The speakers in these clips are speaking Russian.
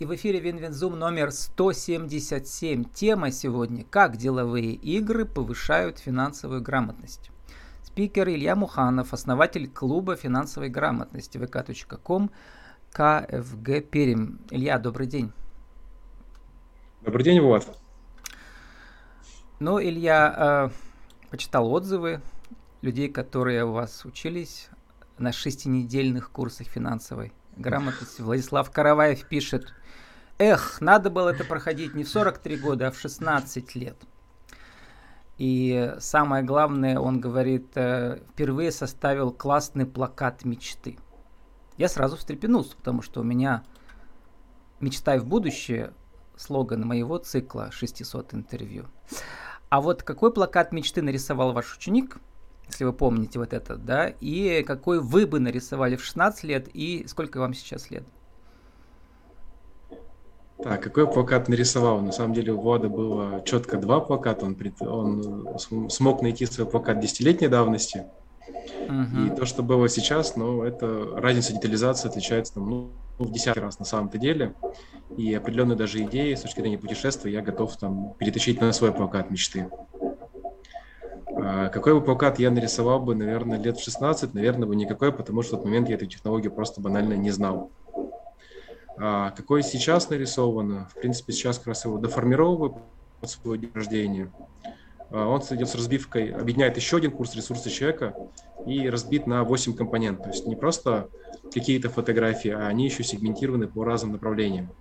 И в эфире Винвинзум номер 177. Тема сегодня: как деловые игры повышают финансовую грамотность. Спикер Илья Муханов, основатель клуба финансовой грамотности vk.com КФГ Пермь. Илья, добрый день. Добрый день, Влад. Ну, Илья, почитал отзывы людей, которые у вас учились на 6-недельных курсах финансовой грамотности. Владислав Караваев пишет: эх, надо было это проходить не в 43 года, а в 16 лет. И самое главное, он говорит, впервые составил классный плакат мечты. Я сразу встрепенулся, потому что у меня «Мечтай в будущее» слоган моего цикла 600 интервью. А вот какой плакат мечты нарисовал ваш ученик, если вы помните вот это, да, и какой вы бы нарисовали в 16 лет, и сколько вам сейчас лет? Так, какой плакат нарисовал? На самом деле у Влада было четко два плаката. Он смог найти свой плакат десятилетней давности. И то, что было сейчас, это разница детализации отличается в десятки раз на самом-то деле. И определенные даже идеи с точки зрения путешествия я готов перетащить на свой плакат мечты. Какой бы плакат я нарисовал бы, наверное, лет в 16, наверное, бы никакой, потому что в тот момент я эту технологию просто банально не знал. Какой сейчас нарисован, в принципе, сейчас как раз его доформировываю под свой день рождения. Он идет с разбивкой, объединяет еще один курс «Ресурсы человека» и разбит на 8 компонентов. То есть не просто какие-то фотографии, а они еще сегментированы по разным направлениям.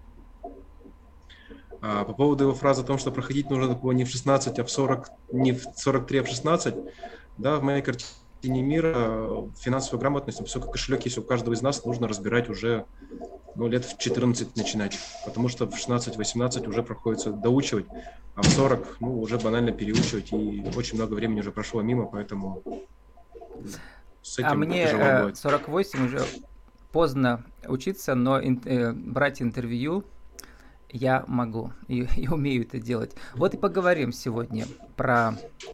По поводу его фразы о том, что проходить нужно было не в 16, а в 40, не в 43, а в 16, да, в моей картине мира финансовую грамотность, поскольку кошелек есть у каждого из нас, нужно разбирать уже лет в 14 начинать, потому что в 16-18 уже приходится доучивать, а в 40 уже банально переучивать, и очень много времени уже прошло мимо, поэтому с этим тяжело будет. 48 уже поздно учиться, но брать интервью я могу и умею это делать. Вот и поговорим сегодня про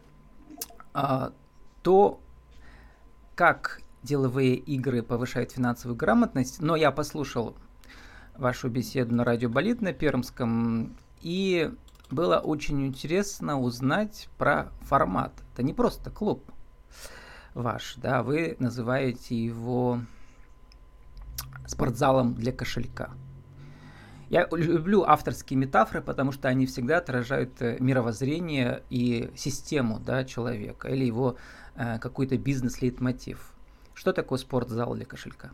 то, как деловые игры повышают финансовую грамотность. Но я послушал вашу беседу на радио Болит на Пермском, и было очень интересно узнать про формат. Это не просто клуб ваш, да, вы называете его спортзалом для кошелька. Я люблю авторские метафоры, потому что они всегда отражают мировоззрение и систему, да, человека, или его какой-то бизнес-лейтмотив. Что такое спортзал для кошелька?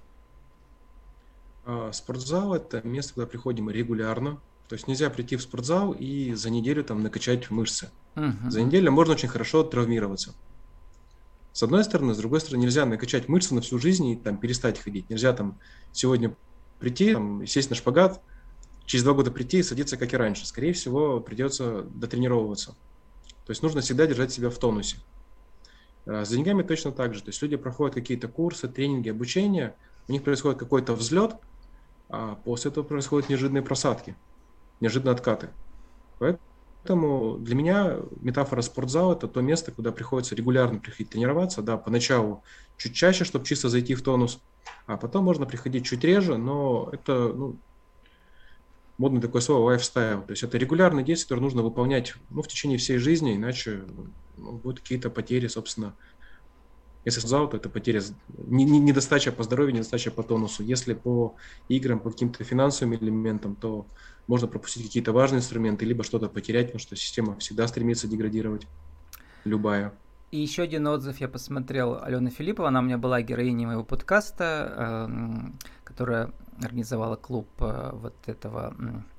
Спортзал – это место, куда приходим регулярно. То есть нельзя прийти в спортзал и за неделю накачать мышцы. За неделю можно очень хорошо травмироваться. С одной стороны, с другой стороны, нельзя накачать мышцы на всю жизнь и перестать ходить. Нельзя сегодня прийти, сесть на шпагат, через 2 года прийти и садиться, как и раньше. Скорее всего, придется дотренировываться. То есть нужно всегда держать себя в тонусе. С деньгами точно так же. То есть люди проходят какие-то курсы, тренинги, обучение, у них происходит какой-то взлет, а после этого происходят неожиданные просадки, неожиданные откаты. Поэтому для меня метафора спортзала – это то место, куда приходится регулярно приходить тренироваться. Да, поначалу чуть чаще, чтобы чисто зайти в тонус, а потом можно приходить чуть реже, но это модное такое слово лайфстайл. То есть это регулярные действия, которые нужно выполнять в течение всей жизни, иначе будут какие-то потери, собственно. Если спортзал, то это потеря, недостача по здоровью, недостача по тонусу. Если по играм, по каким-то финансовым элементам, то можно пропустить какие-то важные инструменты, либо что-то потерять, потому что система всегда стремится деградировать, любая. И еще один отзыв я посмотрел. Алена Филиппова, она у меня была героиней моего подкаста, которая организовала клуб вот этого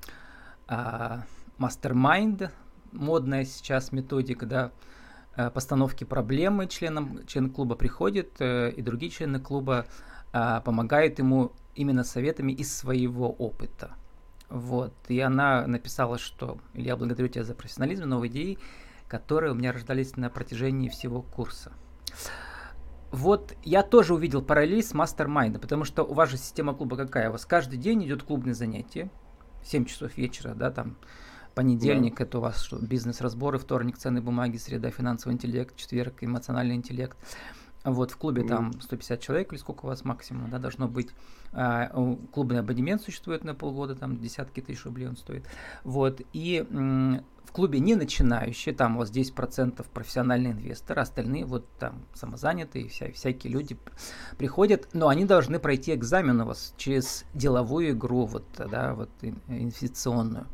Mastermind, модная сейчас методика, да, постановки проблемы. Член клуба приходит, и другие члены клуба помогают ему именно советами из своего опыта. Вот. И она написала, что «Илья, благодарю тебя за профессионализм, новые идеи, которые у меня рождались на протяжении всего курса». Вот я тоже увидел параллель с Mastermind, потому что у вас же система клуба какая? У вас каждый день идет клубное занятие, в 7 часов вечера, да, там понедельник, это у вас что, бизнес-разборы, вторник ценные бумаги, среда финансовый интеллект, четверг эмоциональный интеллект. Вот в клубе там 150 человек или сколько у вас максимум, да, должно быть. Клубный абонемент существует на полгода, там десятки тысяч рублей он стоит. Вот, и в клубе не начинающие, там у вас 10% профессиональные инвесторы, остальные вот там самозанятые, всякие люди приходят, но они должны пройти экзамен у вас через деловую игру, вот, да, вот инвестиционную.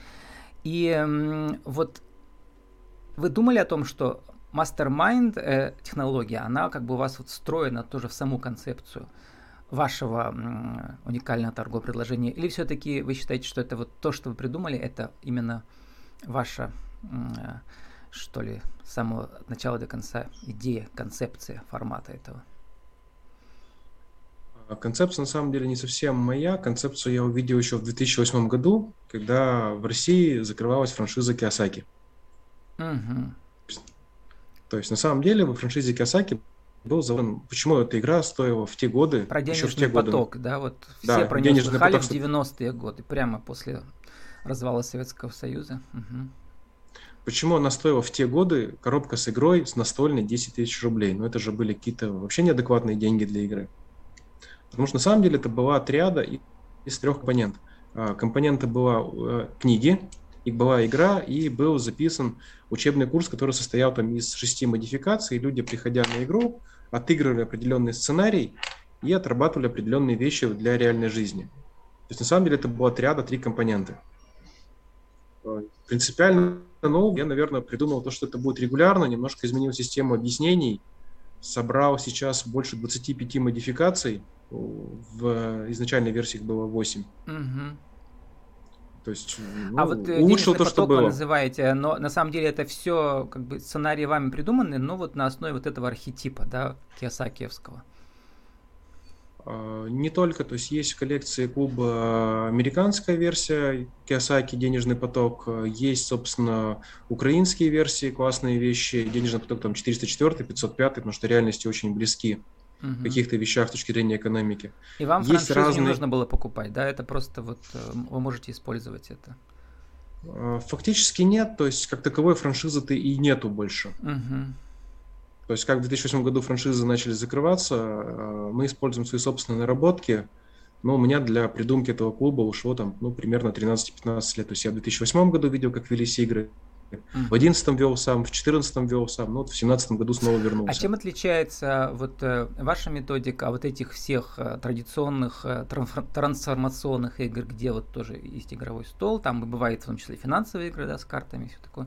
И вот вы думали о том, что Mastermind технология, она как бы у вас вот встроена тоже в саму концепцию вашего уникального торгового предложения? Или все-таки вы считаете, что это вот то, что вы придумали, это именно ваша, что ли, с самого начала до конца идея, концепция формата этого? Концепция на самом деле не совсем моя. Концепцию я увидел еще в 2008 году, когда в России закрывалась франшиза Кийосаки. Угу. То есть на самом деле во франшизе Кийосаки был завод. Почему эта игра стоила в те годы? Про денежный еще в те поток, годы, да, вот да, все про него слыхали поток, в 90-е годы, прямо после развала Советского Союза. Угу. Почему она стоила в те годы, коробка с игрой, с настольной, 10 тысяч рублей? Ну это же были какие-то вообще неадекватные деньги для игры. Потому что на самом деле это была триада из 3 компонентов. Компоненты была книги, и была игра, и был записан учебный курс, который состоял там из 6 модификаций. Люди, приходя на игру, отыгрывали определенный сценарий и отрабатывали определенные вещи для реальной жизни. То есть на самом деле это была триада, 3 компонента. Принципиально нового я, наверное, придумал то, что это будет регулярно, немножко изменил систему объяснений, собрал сейчас больше 25 модификаций, в изначальной версии их было 8. Угу. То есть вот улучшил то, что было. Вы называете, но на самом деле это все как бы сценарии вами придуманы, но вот на основе вот этого архетипа, да, кийосакиевского. Не только, то есть есть в коллекции клуба американская версия Кийосаки «Денежный поток», есть, собственно, украинские версии, классные вещи, «Денежный поток» там 404, 505, потому что реальности очень близки в каких-то вещах с точки зрения экономики. И вам франшизу не нужно было покупать, да? Это просто вот вы можете использовать это? Фактически нет, то есть как таковой франшизы-то и нету больше. То есть как в 2008 году франшизы начали закрываться, мы используем свои собственные наработки, но у меня для придумки этого клуба ушло там, примерно 13-15 лет. То есть я в 2008 году видел, как велись игры, в 2011 вел сам, в 2014 вел сам, в 2017 году снова вернулся. А чем отличается вот ваша методика от этих всех традиционных трансформационных игр, где вот тоже есть игровой стол, там бывает в том числе финансовые игры, да, с картами и все такое?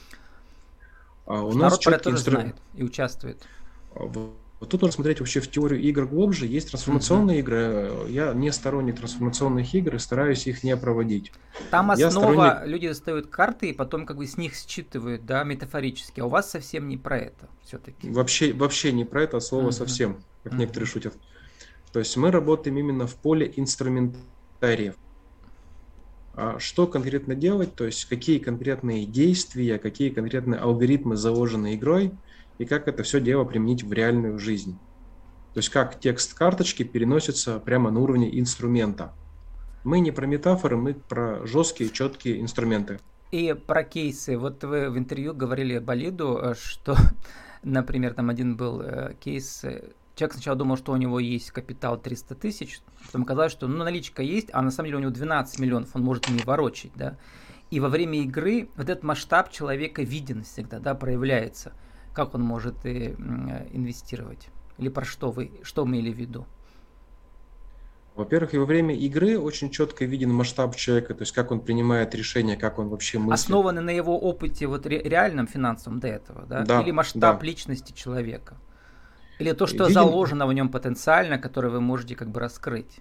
У нас народ про это тоже знает и участвует. Вот тут нужно смотреть вообще в теорию игр глубже. Есть трансформационные игры. Я не сторонник трансформационных игр и стараюсь их не проводить. Там основа, люди достают карты и потом как бы с них считывают, да, метафорически. А у вас совсем не про это все-таки. Вообще не про это слово совсем, как некоторые шутят. То есть мы работаем именно в поле инструментариев. А что конкретно делать, то есть какие конкретные действия, какие конкретные алгоритмы заложены игрой, и как это все дело применить в реальную жизнь. То есть как текст карточки переносится прямо на уровне инструмента. Мы не про метафоры, мы про жесткие, четкие инструменты. И про кейсы. Вот вы в интервью говорили Болиду, что, например, там один был кейс. Человек сначала думал, что у него есть капитал 300 тысяч, потом оказалось, что наличка есть, а на самом деле у него 12 миллионов, он может ими ворочать, да. И во время игры вот этот масштаб человека виден всегда, да, проявляется. Как он может инвестировать? Или про что вы имели в виду? Во-первых, и во время игры очень четко виден масштаб человека, то есть как он принимает решения, как он вообще мыслит. Основаны на его опыте вот реальном финансовом до этого, да? Да, или масштаб личности человека? Или то, что заложено в нем потенциально, которое вы можете как бы раскрыть?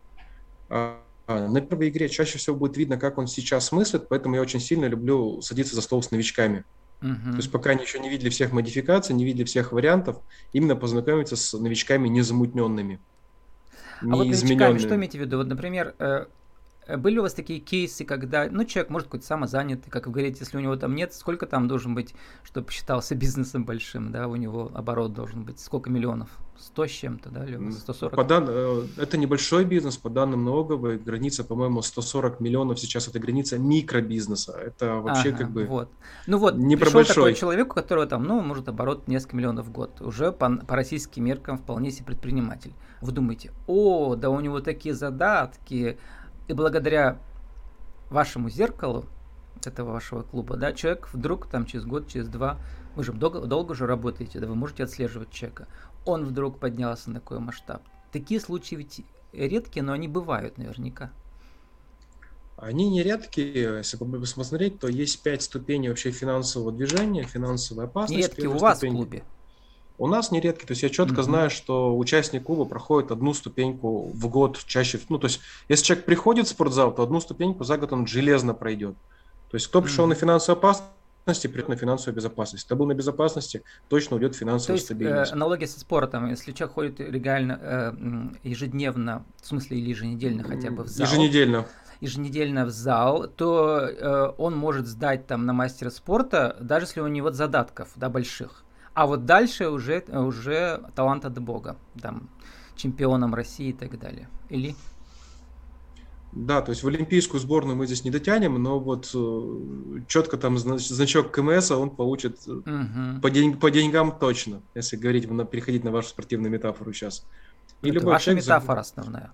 На первой игре чаще всего будет видно, как он сейчас мыслит, поэтому я очень сильно люблю садиться за стол с новичками. То есть пока они еще не видели всех модификаций, не видели всех вариантов, именно познакомиться с новичками незамутненными, неизмененными. А вот новичками что имеете в виду? Вот, например, были у вас такие кейсы, когда, человек может какой-то самозанятый, как вы говорите, если у него там нет, сколько там должен быть, чтобы считался бизнесом большим, да, у него оборот должен быть, сколько миллионов? 100 с чем-то, да, или 140? Это небольшой бизнес, по данным налоговой, граница, по-моему, 140 миллионов сейчас, это граница микробизнеса, это вообще вот. Не пришел про большой. Такой человек, у которого там, может оборот несколько миллионов в год, уже по российским меркам вполне себе предприниматель. Вы думаете, да у него такие задатки, и благодаря вашему зеркалу, этого вашего клуба, да, человек вдруг там через год, через два, вы же долго же работаете, да, вы можете отслеживать человека, он вдруг поднялся на такой масштаб. Такие случаи ведь редкие, но они бывают наверняка. Они не редкие, если посмотреть, то есть 5 ступеней вообще финансового движения, финансовой опасности. Нередкие у вас в клубе? У нас нередки, то есть я четко знаю, что участник клуба проходит одну ступеньку в год чаще, то есть если человек приходит в спортзал, то одну ступеньку за год он железно пройдет. То есть кто пришел на финансовую опасность, придет на финансовую безопасность. Кто был на безопасности, точно уйдет в финансовую стабильность. Аналогия со спортом, если человек ходит реально ежедневно, в смысле или еженедельно хотя бы в зал. Еженедельно в зал, то он может сдать там на мастера спорта, даже если у него нет задатков, да, больших. А вот дальше уже талант от Бога, там, чемпионом России и так далее. Или? Да, то есть в олимпийскую сборную мы здесь не дотянем, но вот четко там значок КМС он получит по деньгам точно, если переходить на вашу спортивную метафору сейчас. И ваша метафора основная.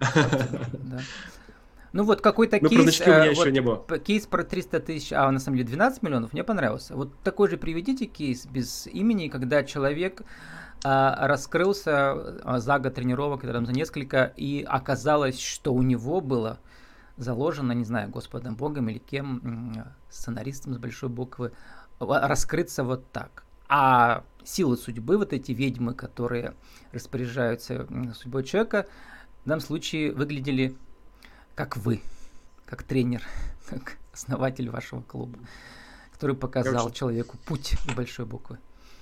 Какой-то кейс, у меня еще не было. Кейс про 300 тысяч, на самом деле 12 миллионов, мне понравился. Вот такой же приведите кейс без имени, когда человек раскрылся за год тренировок, там, за несколько, и оказалось, что у него было заложено, не знаю, Господом Богом или кем, сценаристом с большой буквы, раскрыться вот так. А силы судьбы, вот эти ведьмы, которые распоряжаются судьбой человека, в данном случае выглядели как вы, как тренер, как основатель вашего клуба, который показал человеку путь с большой буквы.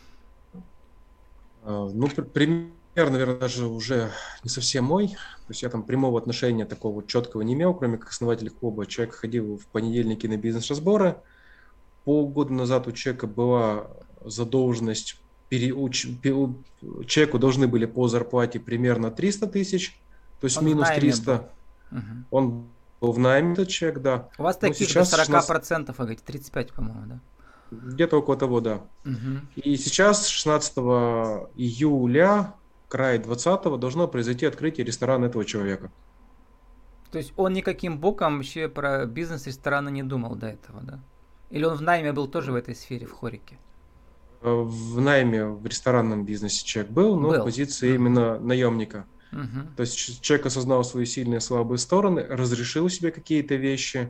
Пример, наверное, даже уже не совсем мой. То есть я там прямого отношения такого четкого не имел, кроме как основатель клуба. Человек ходил в понедельники на бизнес-разборы. Полгода назад у человека была задолженность, человеку должны были по зарплате примерно 300 тысяч, то есть минус 300. Он был в найме, этот человек, да. У вас таких до 40%, вы говорите, 35%, по-моему, да? Где-то около того, да. И сейчас, 16 июля, край 20-го, должно произойти открытие ресторана этого человека. То есть он никаким боком вообще про бизнес ресторана не думал до этого, да? Или он в найме был тоже в этой сфере, в хорике? В найме в ресторанном бизнесе человек был, но в позиции именно наемника. То есть человек осознал свои сильные и слабые стороны, разрешил себе какие-то вещи,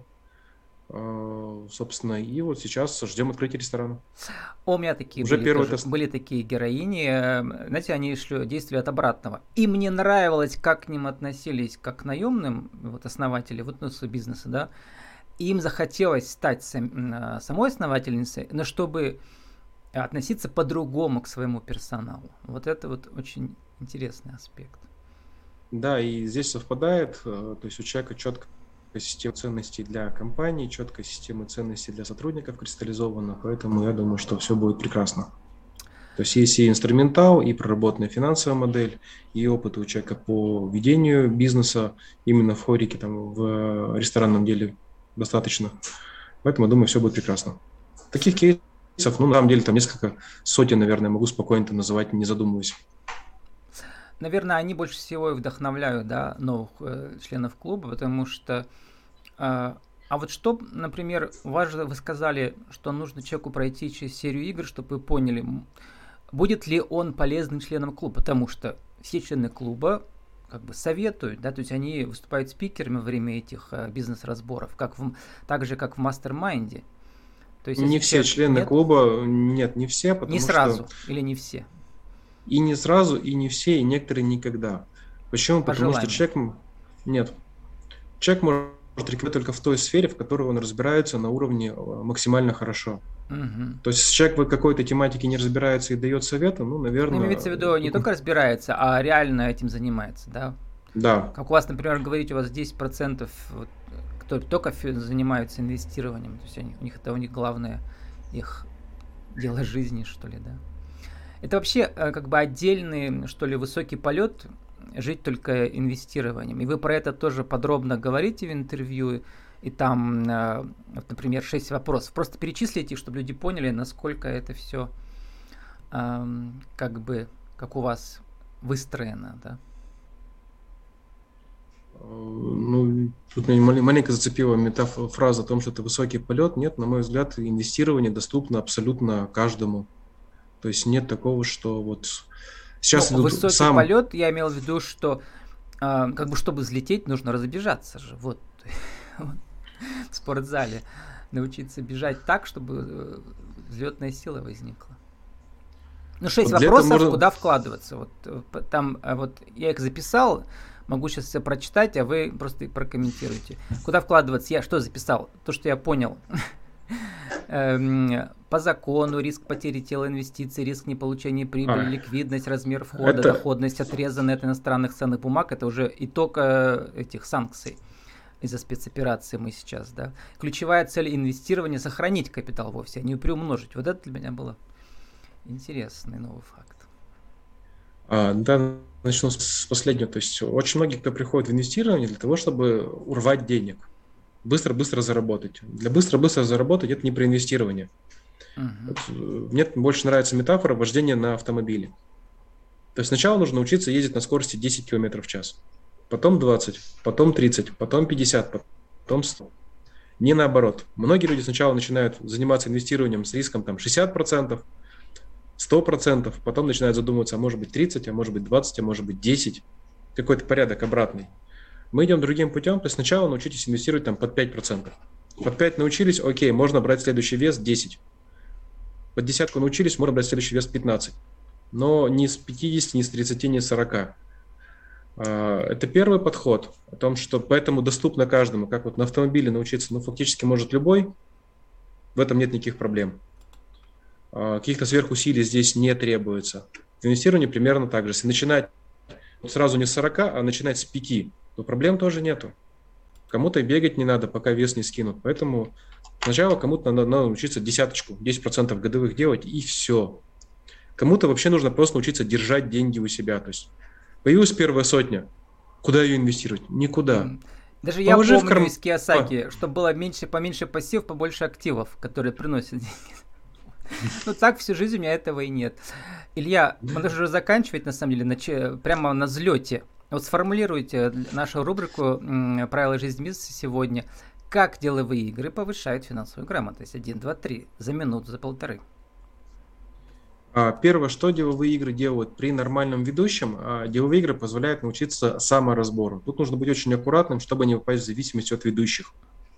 собственно, и вот сейчас ждем открытия ресторана. У меня такие были такие героини, знаете, они действовали от обратного. Им не нравилось, как к ним относились, как к наемным основателям бизнеса, да. Им захотелось стать самой основательницей, но чтобы относиться по-другому к своему персоналу. Вот это очень интересный аспект. Да, и здесь совпадает, то есть у человека четкая система ценностей для компании, четкая система ценностей для сотрудников кристаллизована, поэтому я думаю, что все будет прекрасно. То есть есть и инструментал, и проработанная финансовая модель, и опыт у человека по ведению бизнеса именно в хорике, там, в ресторанном деле достаточно. Поэтому, я думаю, все будет прекрасно. Таких кейсов, на самом деле, там несколько сотен, наверное, могу спокойно называть, не задумываясь. Наверное, они больше всего и вдохновляют, да, новых членов клуба, потому что... вот что, например, вы сказали, что нужно человеку пройти через серию игр, чтобы вы поняли, будет ли он полезным членом клуба, потому что все члены клуба советуют, да, то есть они выступают спикерами во время этих бизнес-разборов, так же, как в мастер-майнде. То есть, не все члены клуба, нет, не все, потому что... Не сразу, или не все? И не сразу, и не все, и некоторые никогда. Почему? Потому что человек может рекомендовать только в той сфере, в которой он разбирается на уровне максимально хорошо. То есть, если человек в какой-то тематике не разбирается и дает советы, наверное... имеется в виду, не только разбирается, а реально этим занимается, да? Да. Как у вас, например, говорите, у вас 10% которые только занимаются инвестированием. То есть у них главное их дело жизни, что ли, да. Это вообще как бы отдельный, что ли, высокий полет, жить только инвестированием. И вы про это тоже подробно говорите в интервью. И там, вот, например, 6 вопросов. Просто перечислите, чтобы люди поняли, насколько это все как у вас выстроено, да? Ну, тут меня маленько зацепила фраза о том, что это высокий полет. Нет, на мой взгляд, инвестирование доступно абсолютно каждому. То есть нет такого, что вот сейчас высокий полет, я имел в виду, что как бы чтобы взлететь, нужно разбежаться же. Вот. В спортзале научиться бежать так, чтобы взлетная сила возникла. Ну, 6 вопросов, куда вкладываться. Вот там, вот я их записал, могу сейчас все прочитать, а вы просто прокомментируйте. Куда вкладываться? Я что записал? То, что я понял. По закону, риск потери тела инвестиций, риск неполучения прибыли, ликвидность, размер входа, доходность, отрезанная от иностранных ценных бумаг. Это уже итог этих санкций из-за спецоперации мы сейчас, да. Ключевая цель инвестирования – сохранить капитал вовсе, а не приумножить. Вот это для меня было интересный новый факт. Да, начну с последнего. То есть очень многие, кто приходит в инвестирование для того, чтобы урвать денег, быстро-быстро заработать. Для быстро-быстро заработать – это не про инвестирование. Вот, мне больше нравится метафора вождения на автомобиле. То есть сначала нужно научиться ездить на скорости 10 км в час. Потом 20, потом 30, потом 50, потом 100. Не наоборот. Многие люди сначала начинают заниматься инвестированием с риском 60%, 100%, потом начинают задумываться, а может быть 30, а может быть 20, а может быть 10. Какой-то порядок обратный. Мы идем другим путем, то есть сначала научитесь инвестировать под 5%. Под 5 научились, окей, можно брать следующий вес 10. Под десятку научились, можно брать следующий вес 15. Но не с 50, не с 30, не с 40. Это первый подход о том, что поэтому доступно каждому, как вот на автомобиле научиться, фактически может любой, в этом нет никаких проблем. Каких-то сверхусилий здесь не требуется. В инвестировании примерно так же. Если начинать сразу не с 40, а начинать с 5, то проблем тоже нету. Кому-то бегать не надо, пока вес не скинут. Поэтому сначала кому-то надо научиться 10% годовых делать, и все. Кому-то вообще нужно просто научиться держать деньги у себя. То есть появилась первая сотня. Куда ее инвестировать? Никуда. Даже я помню из Кийосаки, чтобы было поменьше пассив, побольше активов, которые приносят деньги. Ну так всю жизнь у меня этого и нет. Илья, мы должны уже заканчивать, на самом деле, прямо на взлете. Вот сформулируйте нашу рубрику «Правила жизни бизнеса» сегодня. Как деловые игры повышают финансовую грамотность? 1, 2, 3. За минуту, за полторы. Первое, что деловые игры делают при нормальном ведущем, деловые игры позволяют научиться саморазбору. Тут нужно быть очень аккуратным, чтобы не попасть в зависимость от ведущих.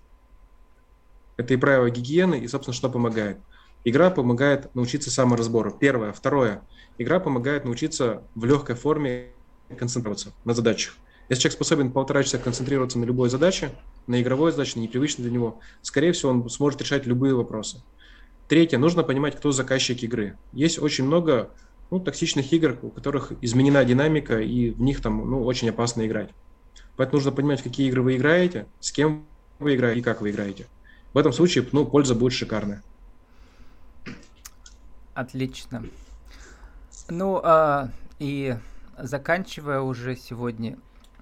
Это и правило гигиены, и, собственно, что помогает. Игра помогает научиться саморазбору. Первое. Второе. Игра помогает научиться в легкой форме концентрироваться на задачах. Если человек способен 1,5 часа концентрироваться на любой задаче, на игровой задаче, на непривычной для него, скорее всего, он сможет решать любые вопросы. Третье. Нужно понимать, кто заказчик игры. Есть очень много токсичных игр, у которых изменена динамика, и в них очень опасно играть. Поэтому нужно понимать, в какие игры вы играете, с кем вы играете и как вы играете. В этом случае польза будет шикарная. Отлично. И заканчивая уже сегодня,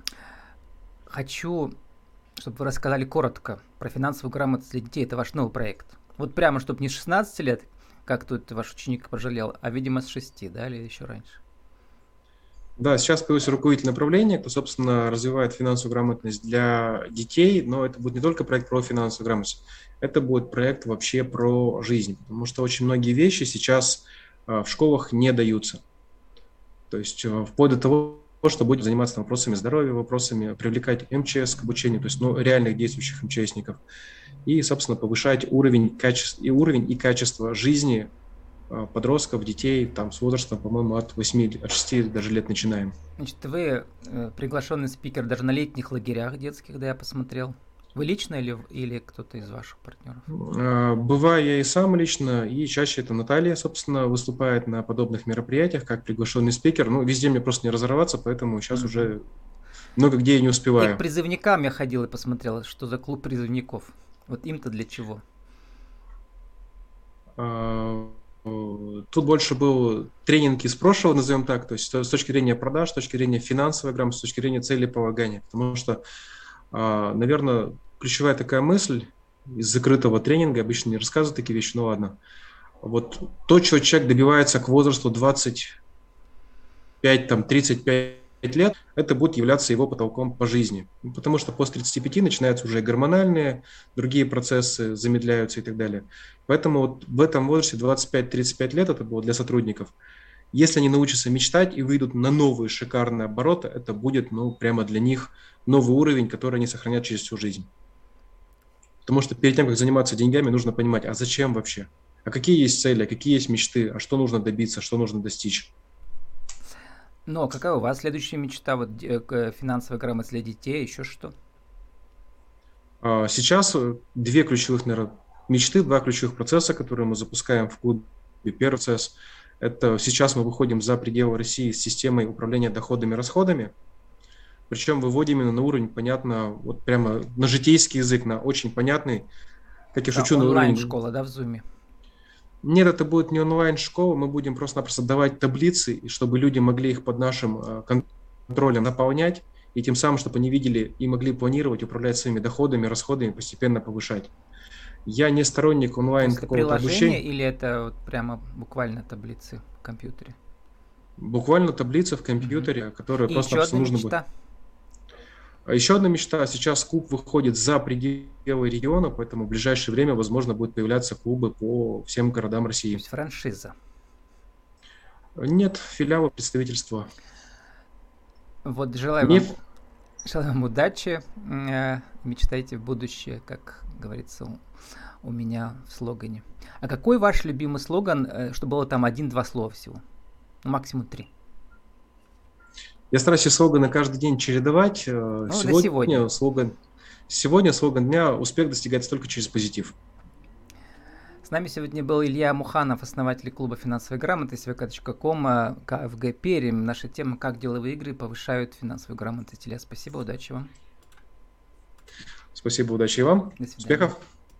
хочу, чтобы вы рассказали коротко про финансовую грамотность для детей. Это ваш новый проект. Вот прямо, чтобы не с 16 лет, как тут ваш ученик пожалел, а, видимо, с 6, да, или еще раньше? Да, сейчас появился руководитель направления, кто, собственно, развивает финансовую грамотность для детей, но это будет не только проект про финансовую грамотность, это будет проект вообще про жизнь, потому что очень многие вещи сейчас в школах не даются. То есть вплоть до того, что будет заниматься вопросами здоровья, вопросами привлекать МЧС к обучению, то есть реальных действующих МЧСников, и, собственно, повышать уровень и качество жизни подростков, детей с возраста, по-моему, от 6 даже лет начинаем. Значит, вы приглашенный спикер даже на летних лагерях детских, да, я посмотрел. Вы лично или кто-то из ваших партнеров? Бываю я и сам лично, и чаще это Наталья, собственно, выступает на подобных мероприятиях как приглашенный спикер. Везде мне просто не разорваться, поэтому сейчас уже много где я не И к успеваю. призывникам я ходил и посмотрел, что за клуб призывников. Вот им-то для чего? Тут больше был тренинг из прошлого, назовем так, то есть с точки зрения продаж, с точки зрения финансовой грамотности, с точки зрения целеполагания. Потому что, наверное, ключевая такая мысль из закрытого тренинга, обычно не рассказывают такие вещи, ну ладно. Вот то, чего человек добивается к возрасту 25-35 лет, это будет являться его потолком по жизни. Потому что после 35 начинаются уже гормональные, другие процессы замедляются и так далее. Поэтому вот в этом возрасте 25-35 лет, это было для сотрудников, если они научатся мечтать и выйдут на новые шикарные обороты, это будет, ну, прямо для них новый уровень, который они сохранят через всю жизнь. Потому что перед тем, как заниматься деньгами, нужно понимать, а зачем вообще? А какие есть цели, а какие есть мечты, а что нужно добиться, что нужно достичь. Ну, а какая у вас следующая мечта? Вот финансовая грамотность для детей, еще что? Сейчас две ключевых, наверное, мечты, два ключевых процесса, которые мы запускаем в клубе. Первый процесс – это сейчас мы выходим за пределы России с системой управления доходами и расходами, причем выводим именно на уровень, понятно, вот прямо на житейский язык, на очень понятный, как я Да, шучу, на уровень… онлайн-школа, да, в Зуме? Нет, это будет не онлайн-школа, мы будем просто-напросто давать таблицы, и чтобы люди могли их под нашим контролем наполнять, и тем самым, чтобы они видели и могли планировать, управлять своими доходами, расходами, постепенно повышать. Я не сторонник онлайн После какого-то приложения обучения. или это вот прямо буквально таблицы в компьютере? Буквально таблица в компьютере, которая И еще просто-напросто одна нужно будет. мечта. А еще одна мечта. Сейчас клуб выходит за пределы региона, поэтому в ближайшее время, возможно, будут появляться клубы по всем городам То России. есть франшиза. Нет, филиалы, представительства. Вот желаю Не... вам удачи. Мечтайте в будущее, как говорится у меня в слогане. А какой ваш любимый слоган, что было там 1-2 слова всего? Ну, максимум 3. Я стараюсь слоганы каждый день чередовать. Ну, Сегодня слоган дня «Успех достигается только через позитив». С нами сегодня был Илья Муханов, основатель клуба финансовой грамотности vk.com, КФГ Пермь. Наша тема «Как деловые игры повышают финансовую грамотность». Илья, спасибо, удачи вам. Спасибо, удачи и вам. До свидания. Успехов.